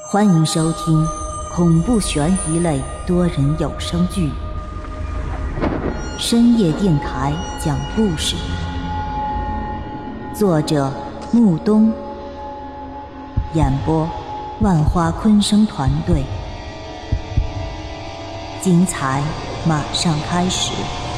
欢迎收听恐怖悬疑类多人有声剧《深夜电台讲故事》，作者木冬，演播万花昆声团队，精彩马上开始。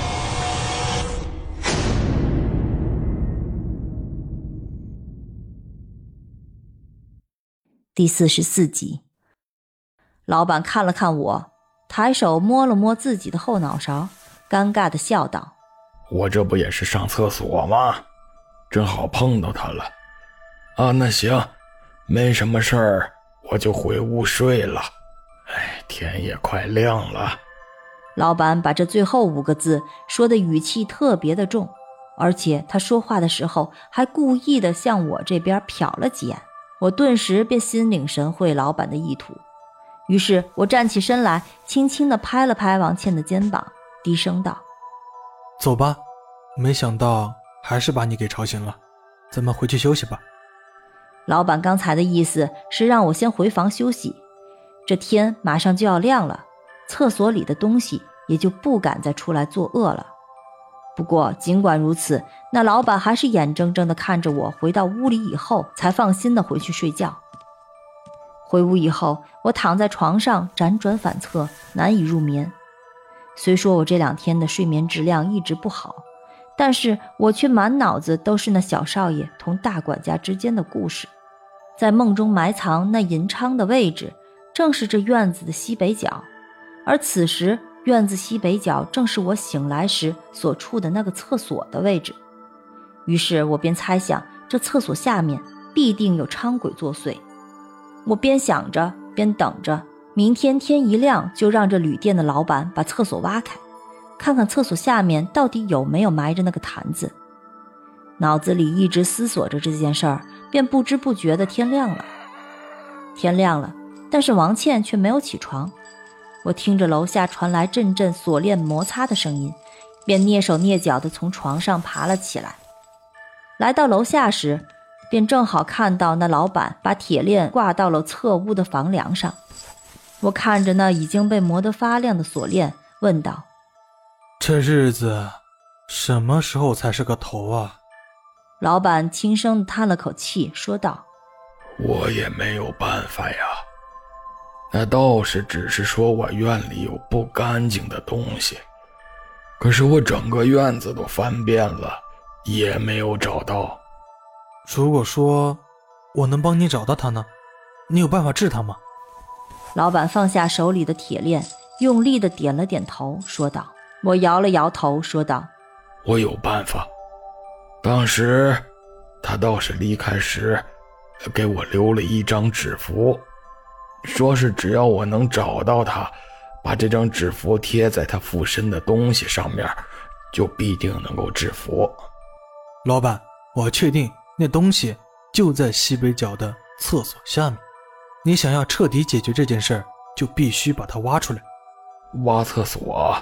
第44集。老板看了看我，抬手摸了摸自己的后脑勺，尴尬地笑道： 我这不也是上厕所吗？正好碰到他了。那行，没什么事儿，我就回屋睡了。天也快亮了。 老板把这最后5个字说的语气特别的重，而且他说话的时候还故意的向我这边瞟了几眼。我顿时便心领神会老板的意图，于是我站起身来，轻轻地拍了拍王倩的肩膀，低声道： 走吧，没想到还是把你给吵醒了，咱们回去休息吧。 老板刚才的意思是让我先回房休息，这天马上就要亮了，厕所里的东西也就不敢再出来作恶了。不过尽管如此，那老板还是眼睁睁地看着我回到屋里以后才放心地回去睡觉。回屋以后，我躺在床上辗转反侧，难以入眠。虽说我这2天的睡眠质量一直不好，但是我却满脑子都是那小少爷同大管家之间的故事。在梦中埋藏那银昌的位置正是这院子的西北角，而此时院子西北角正是我醒来时所处的那个厕所的位置。于是我便猜想，这厕所下面必定有伥鬼作祟。我边想着边等着，明天天一亮就让这旅店的老板把厕所挖开，看看厕所下面到底有没有埋着那个坛子。脑子里一直思索着这件事儿，便不知不觉的天亮了。天亮了，但是王倩却没有起床。我听着楼下传来阵阵锁链摩擦的声音，便蹑手蹑脚地从床上爬了起来。来到楼下时，便正好看到那老板把铁链挂到了侧屋的房梁上。我看着那已经被磨得发亮的锁链，问道： 这日子什么时候才是个头啊？ 老板轻声地叹了口气，说道： 我也没有办法呀。那道士只是说我院里有不干净的东西，可是我整个院子都翻遍了，也没有找到。 如果说我能帮你找到他呢，你有办法治他吗？ 老板放下手里的铁链，用力地点了点头，说道。我摇了摇头，说道： 我有办法。当时他倒是离开时给我留了一张纸符，说是只要我能找到他，把这张纸符贴在他附身的东西上面，就必定能够制服。 老板，我确定那东西就在西北角的厕所下面，你想要彻底解决这件事儿，就必须把它挖出来。 挖厕所？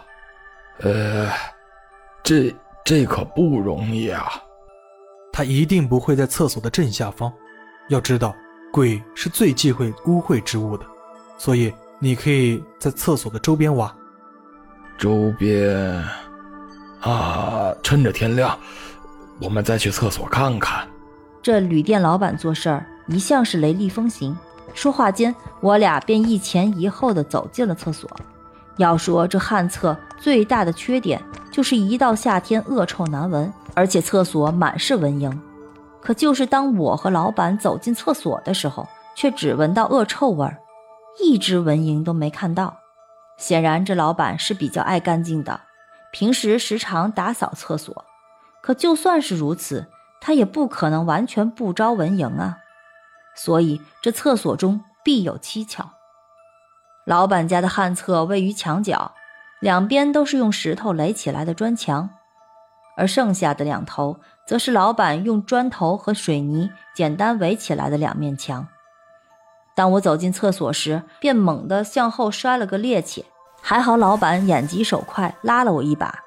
这可不容易啊。 他一定不会在厕所的正下方，要知道鬼是最忌讳污秽之物的，所以你可以在厕所的周边挖。 周边趁着天亮我们再去厕所看看。 这旅店老板做事儿一向是雷厉风行，说话间我俩便一前一后地走进了厕所。要说这旱厕最大的缺点就是一到夏天恶臭难闻，而且厕所满是蚊蝇。可就是当我和老板走进厕所的时候，却只闻到恶臭味儿，一只蚊蝇都没看到。显然这老板是比较爱干净的，平时时常打扫厕所。可就算是如此，他也不可能完全不招蚊蝇啊，所以这厕所中必有蹊跷。老板家的旱厕位于墙角，两边都是用石头垒起来的砖墙，而剩下的2头则是老板用砖头和水泥简单围起来的2面墙。当我走进厕所时，便猛地向后摔了个趔趄，还好老板眼疾手快，拉了我一把。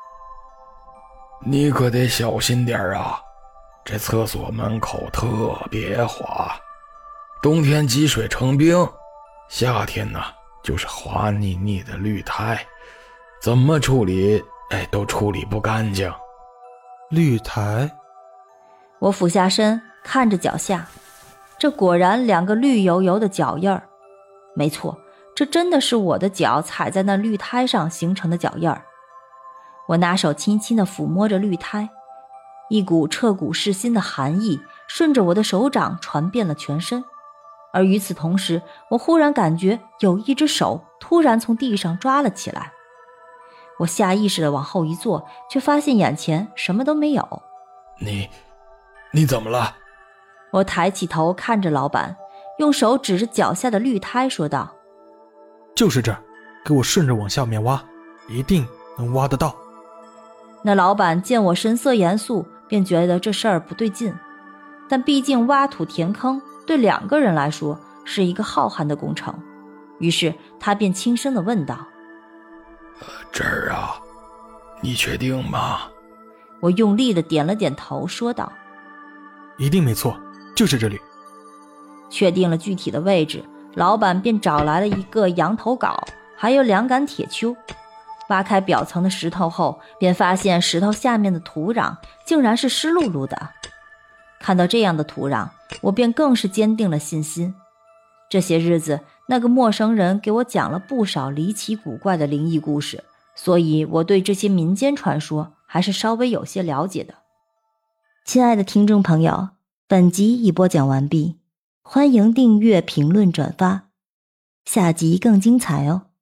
你可得小心点啊，这厕所门口特别滑， 冬天积水成冰，夏天呢就是滑腻腻的绿苔，怎么处理都处理不干净。 绿苔？ 我俯下身看着脚下，这果然2个绿油油的脚印儿。没错，这真的是我的脚踩在那绿苔上形成的脚印儿。我拿手轻轻地抚摸着绿苔，一股彻骨噬心的寒意顺着我的手掌传遍了全身。而与此同时，我忽然感觉有一只手突然从地上抓了起来。我下意识地往后一坐，却发现眼前什么都没有。 你怎么了？ 我抬起头看着老板，用手指着脚下的绿苔说道： 就是这儿，给我顺着往下面挖，一定能挖得到。 那老板见我神色严肃，便觉得这事儿不对劲，但毕竟挖土填坑对2个人来说是一个浩瀚的工程，于是他便轻声地问道： 这儿啊，你确定吗？ 我用力地点了点头，说道： 一定没错，就是这里。 确定了具体的位置，老板便找来了一个羊头镐，还有2杆铁锹。挖开表层的石头后，便发现石头下面的土壤竟然是湿漉漉的。看到这样的土壤，我便更是坚定了信心。这些日子，那个陌生人给我讲了不少离奇古怪的灵异故事，所以我对这些民间传说还是稍微有些了解的。亲爱的听众朋友，本集已播讲完毕，欢迎订阅、评论、转发，下集更精彩哦。